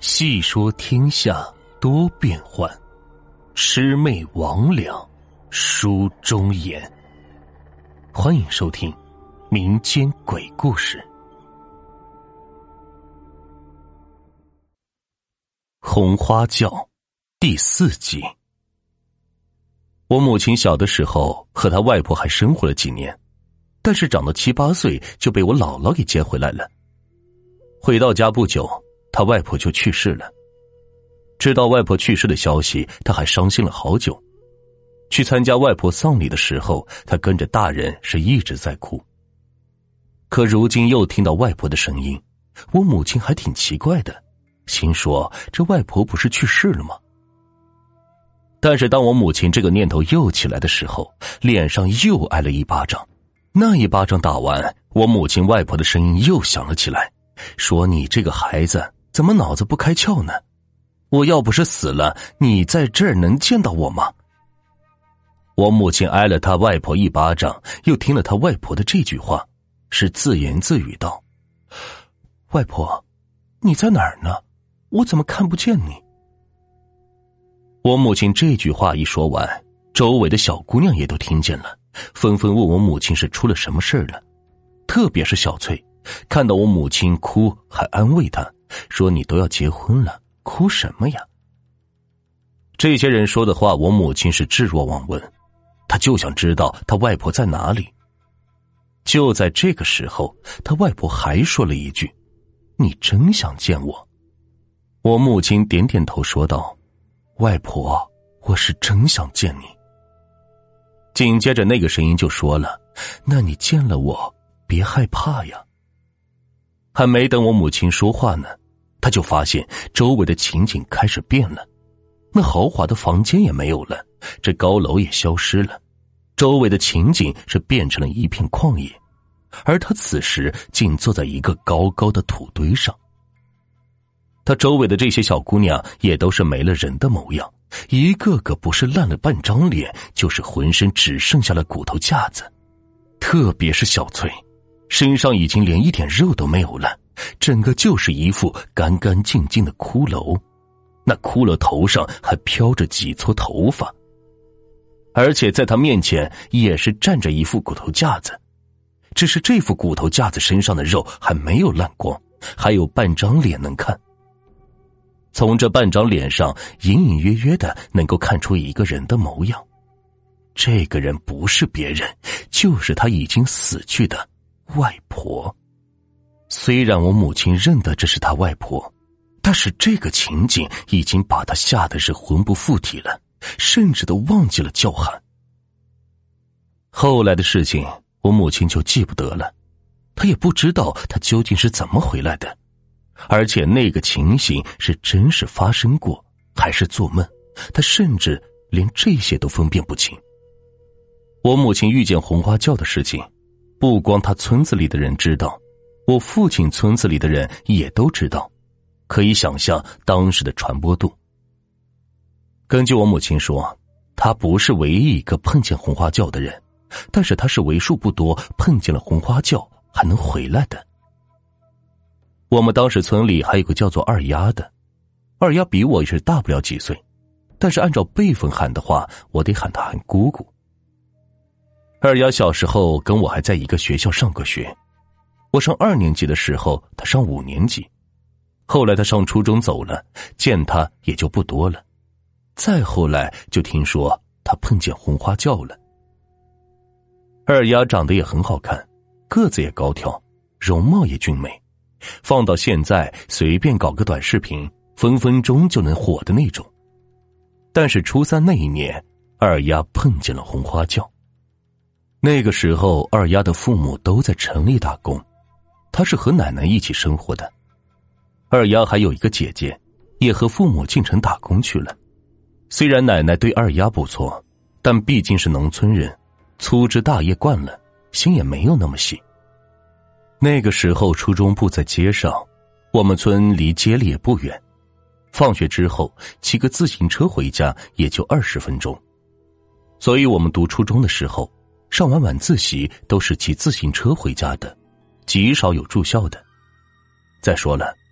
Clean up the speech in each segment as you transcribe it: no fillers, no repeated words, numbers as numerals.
细说天下多变幻，魑魅魍魉书中言。欢迎收听民间鬼故事。红花轿第4集。我母亲小的时候和她外婆还生活了几年，但是长到7、8岁就被我姥姥给接回来了。回到家不久，她外婆就去世了。知道外婆去世的消息，她还伤心了好久。去参加外婆丧礼的时候，她跟着大人是一直在哭。可如今又听到外婆的声音，我母亲还挺奇怪的，心说这外婆不是去世了吗？但是当我母亲这个念头又起来的时候，脸上又挨了一巴掌。那一巴掌打完，我母亲外婆的声音又响了起来，说你这个孩子怎么脑子不开窍呢？我要不是死了，你在这儿能见到我吗？我母亲挨了她外婆一巴掌，又听了她外婆的这句话，是自言自语道：外婆，你在哪儿呢？我怎么看不见你？我母亲这句话一说完，周围的小姑娘也都听见了，纷纷问我母亲是出了什么事了。特别是小翠，看到我母亲哭，还安慰她，说你都要结婚了，哭什么呀？这些人说的话，我母亲是置若罔闻，她就想知道她外婆在哪里。就在这个时候，她外婆还说了一句：你真想见我？我母亲点点头说道：外婆，我是真想见你。紧接着那个声音就说了：那你见了我别害怕呀。还没等我母亲说话呢，她就发现周围的情景开始变了。那豪华的房间也没有了，这高楼也消失了，周围的情景是变成了一片旷野，而她此时竟坐在一个高高的土堆上。她周围的这些小姑娘也都是没了人的模样，一个个不是烂了半张脸，就是浑身只剩下了骨头架子。特别是小翠，身上已经连一点肉都没有了，整个就是一副干干净净的骷髅，那骷髅头上还飘着几撮头发，而且在她面前也是站着一副骨头架子，只是这副骨头架子身上的肉还没有烂光，还有半张脸能看。从这半张脸上隐隐约约的能够看出一个人的模样，这个人不是别人，就是她已经死去的外婆。虽然我母亲认得这是她外婆，但是这个情景已经把她吓得是魂不附体了，甚至都忘记了叫喊。后来的事情我母亲就记不得了，她也不知道她究竟是怎么回来的，而且那个情形是真实发生过还是做梦，她甚至连这些都分辨不清。我母亲遇见红花轿的事情，不光她村子里的人知道，我父亲村子里的人也都知道，可以想象当时的传播度。根据我母亲说，她不是唯一一个碰见红花轿的人，但是她是为数不多碰见了红花轿还能回来的。我们当时村里还有个叫做二丫的，二丫比我也是大不了几岁，但是按照辈分喊的话，我得喊她喊姑姑。二丫小时候跟我还在一个学校上过学，我上2年级的时候，她上5年级，后来她上初中走了，见她也就不多了。再后来就听说她碰见红花轿了。二丫长得也很好看，个子也高挑，容貌也俊美，放到现在随便搞个短视频，分分钟就能火的那种。但是初3那一年，二丫碰见了红花轿。那个时候二丫的父母都在城里打工，她是和奶奶一起生活的。二丫还有一个姐姐，也和父母进城打工去了。虽然奶奶对二丫不错，但毕竟是农村人，粗枝大叶惯了，心也没有那么细。那个时候初中部在街上，我们村离街里也不远，放学之后骑个自行车回家也就20分钟。所以我们读初中的时候，上完晚自习都是骑自行车回家的，极少有住校的。再说了，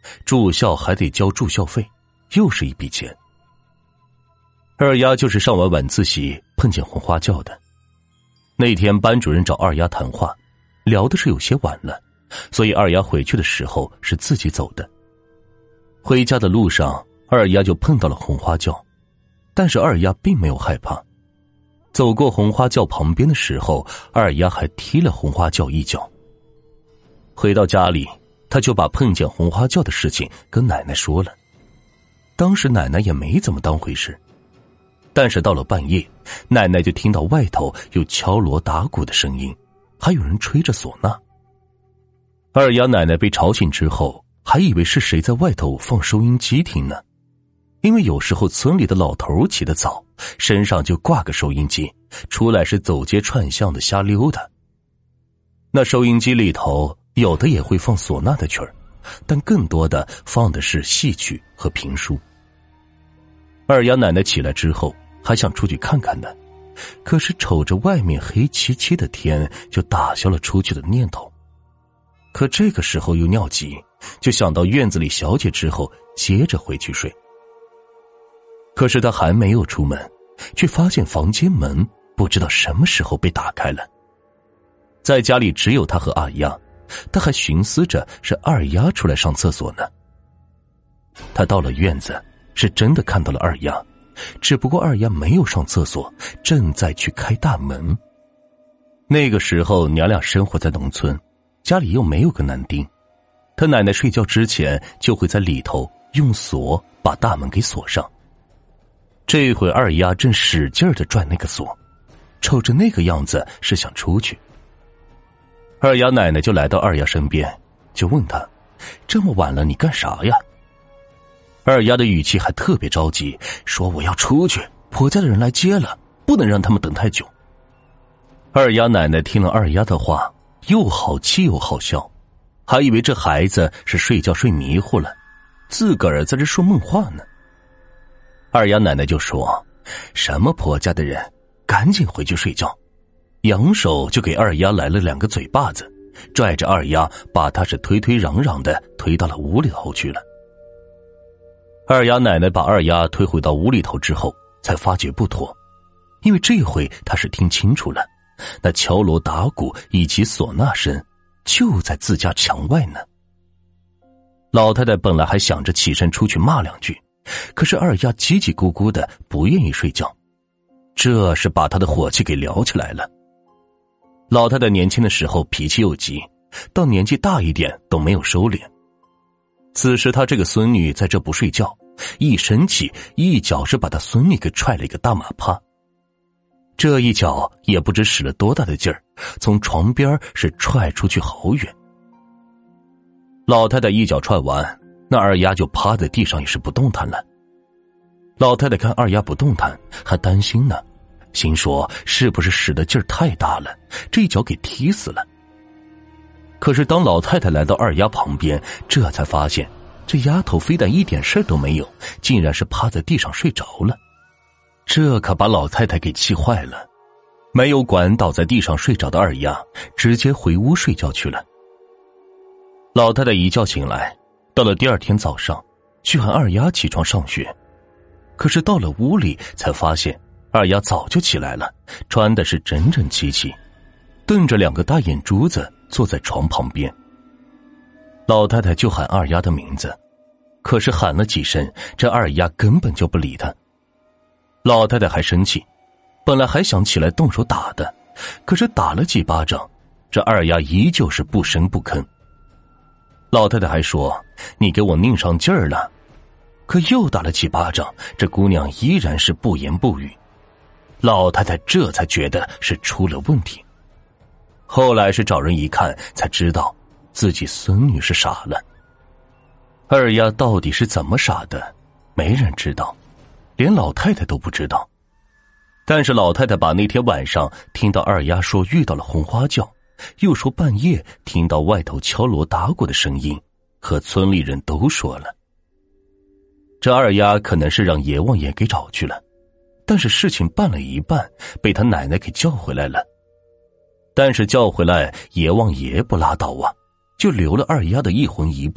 住校还得交住校费，又是一笔钱。二丫就是上完晚自习碰见红花轿的。那天班主任找二丫谈话，聊的是有些晚了，所以二丫回去的时候是自己走的。回家的路上，二丫就碰到了红花轿，但是二丫并没有害怕。走过红花轿旁边的时候，二丫还踢了红花轿一脚。回到家里，她就把碰见红花轿的事情跟奶奶说了。当时奶奶也没怎么当回事，但是到了半夜，奶奶就听到外头有敲锣打鼓的声音，还有人吹着唢呐。二丫奶奶被吵醒之后，还以为是谁在外头放收音机听呢，因为有时候村里的老头起得早，身上就挂个收音机，出来是走街串巷的瞎溜达。那收音机里头有的也会放唢呐的曲儿，但更多的放的是戏曲和评书。二丫奶奶起来之后还想出去看看呢，可是瞅着外面黑漆漆的天，就打消了出去的念头。可这个时候又尿急，就想到院子里小姐之后接着回去睡。可是他还没有出门，却发现房间门不知道什么时候被打开了。在家里只有他和二丫，他还寻思着是二丫出来上厕所呢。他到了院子，是真的看到了二丫，只不过二丫没有上厕所，正在去开大门。那个时候娘俩生活在农村，家里又没有个男丁，他奶奶睡觉之前就会在里头用锁把大门给锁上。这会二丫正使劲地转那个锁，瞅着那个样子是想出去。二丫奶奶就来到二丫身边，就问她：这么晚了你干啥呀？二丫的语气还特别着急，说我要出去，婆家的人来接了，不能让他们等太久。二丫奶奶听了二丫的话，又好气又好笑，还以为这孩子是睡觉睡迷糊了，自个儿在这说梦话呢。二丫奶奶就说：什么婆家的人，赶紧回去睡觉。扬手就给二丫来了2个嘴巴子，拽着二丫把她是推推嚷嚷的推到了屋里头去了。二丫奶奶把二丫推回到屋里头之后，才发觉不妥，因为这回她是听清楚了，那敲锣打鼓以及唢呐声就在自家墙外呢。老太太本来还想着起身出去骂2句，可是二丫叽叽咕咕的不愿意睡觉，这是把她的火气给燎起来了。老太太年轻的时候脾气又急，到年纪大一点都没有收敛。此时她这个孙女在这不睡觉，一生气一脚是把她孙女给踹了一个大马趴。这一脚也不知使了多大的劲儿，从床边是踹出去好远。老太太一脚踹完，那二丫就趴在地上也是不动弹了。老太太看二丫不动弹，还担心呢，心说是不是使的劲儿太大了，这一脚给踢死了。可是当老太太来到二丫旁边，这才发现这丫头非但一点事都没有，竟然是趴在地上睡着了。这可把老太太给气坏了，没有管倒在地上睡着的二丫，直接回屋睡觉去了。老太太一觉醒来，到了第2天早上去喊二丫起床上学，可是到了屋里才发现二丫早就起来了，穿的是整整齐齐，瞪着2个大眼珠子坐在床旁边。老太太就喊二丫的名字，可是喊了几声，这二丫根本就不理她。老太太还生气，本来还想起来动手打的，可是打了几巴掌，这二丫依旧是不声不吭。老太太还说：你给我拧上劲儿了。可又打了几巴掌，这姑娘依然是不言不语。老太太这才觉得是出了问题，后来是找人一看，才知道自己孙女是傻了。二丫到底是怎么傻的，没人知道，连老太太都不知道。但是老太太把那天晚上听到二丫说遇到了红花轿，又说半夜听到外头敲锣打鼓的声音，和村里人都说了。这二丫可能是让阎王爷给找去了，但是事情办了一半，被他奶奶给叫回来了。但是叫回来，阎王爷不拉倒啊，就留了二丫的一魂一魄，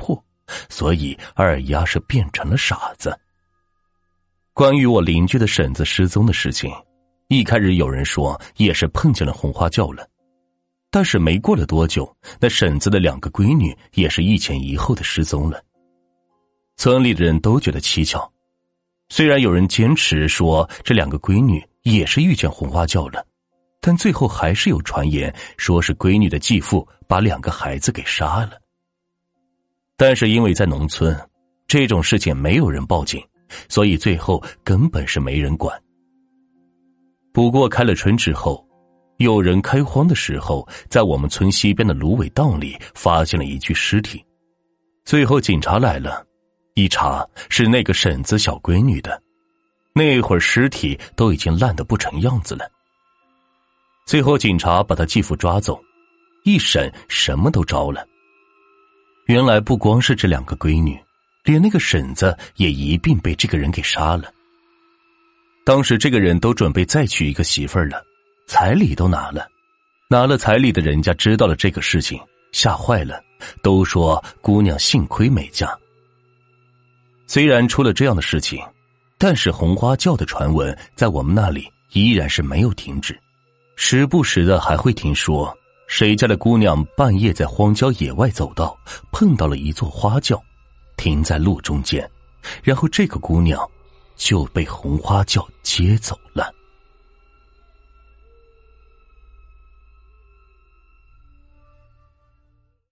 所以二丫是变成了傻子。关于我邻居的婶子失踪的事情，一开始有人说也是碰见了红花轿了，但是没过了多久，那婶子的2个闺女也是一前一后的失踪了。村里的人都觉得蹊跷，虽然有人坚持说这2个闺女也是遇见红花轿了，但最后还是有传言说是闺女的继父把2个孩子给杀了。但是因为在农村，这种事情没有人报警，所以最后根本是没人管。不过开了春之后，有人开荒的时候，在我们村西边的芦苇荡里发现了一具尸体。最后警察来了，一查是那个婶子小闺女的，那会儿尸体都已经烂得不成样子了。最后警察把他继父抓走，一审什么都招了。原来不光是这2个闺女，连那个婶子也一并被这个人给杀了。当时这个人都准备再娶一个媳妇儿了，彩礼都拿了，拿了彩礼的人家知道了这个事情，吓坏了，都说姑娘幸亏没嫁。虽然出了这样的事情，但是红花轿的传闻在我们那里依然是没有停止，时不时的还会听说谁家的姑娘半夜在荒郊野外走道碰到了一座花轿，停在路中间，然后这个姑娘就被红花轿接走了。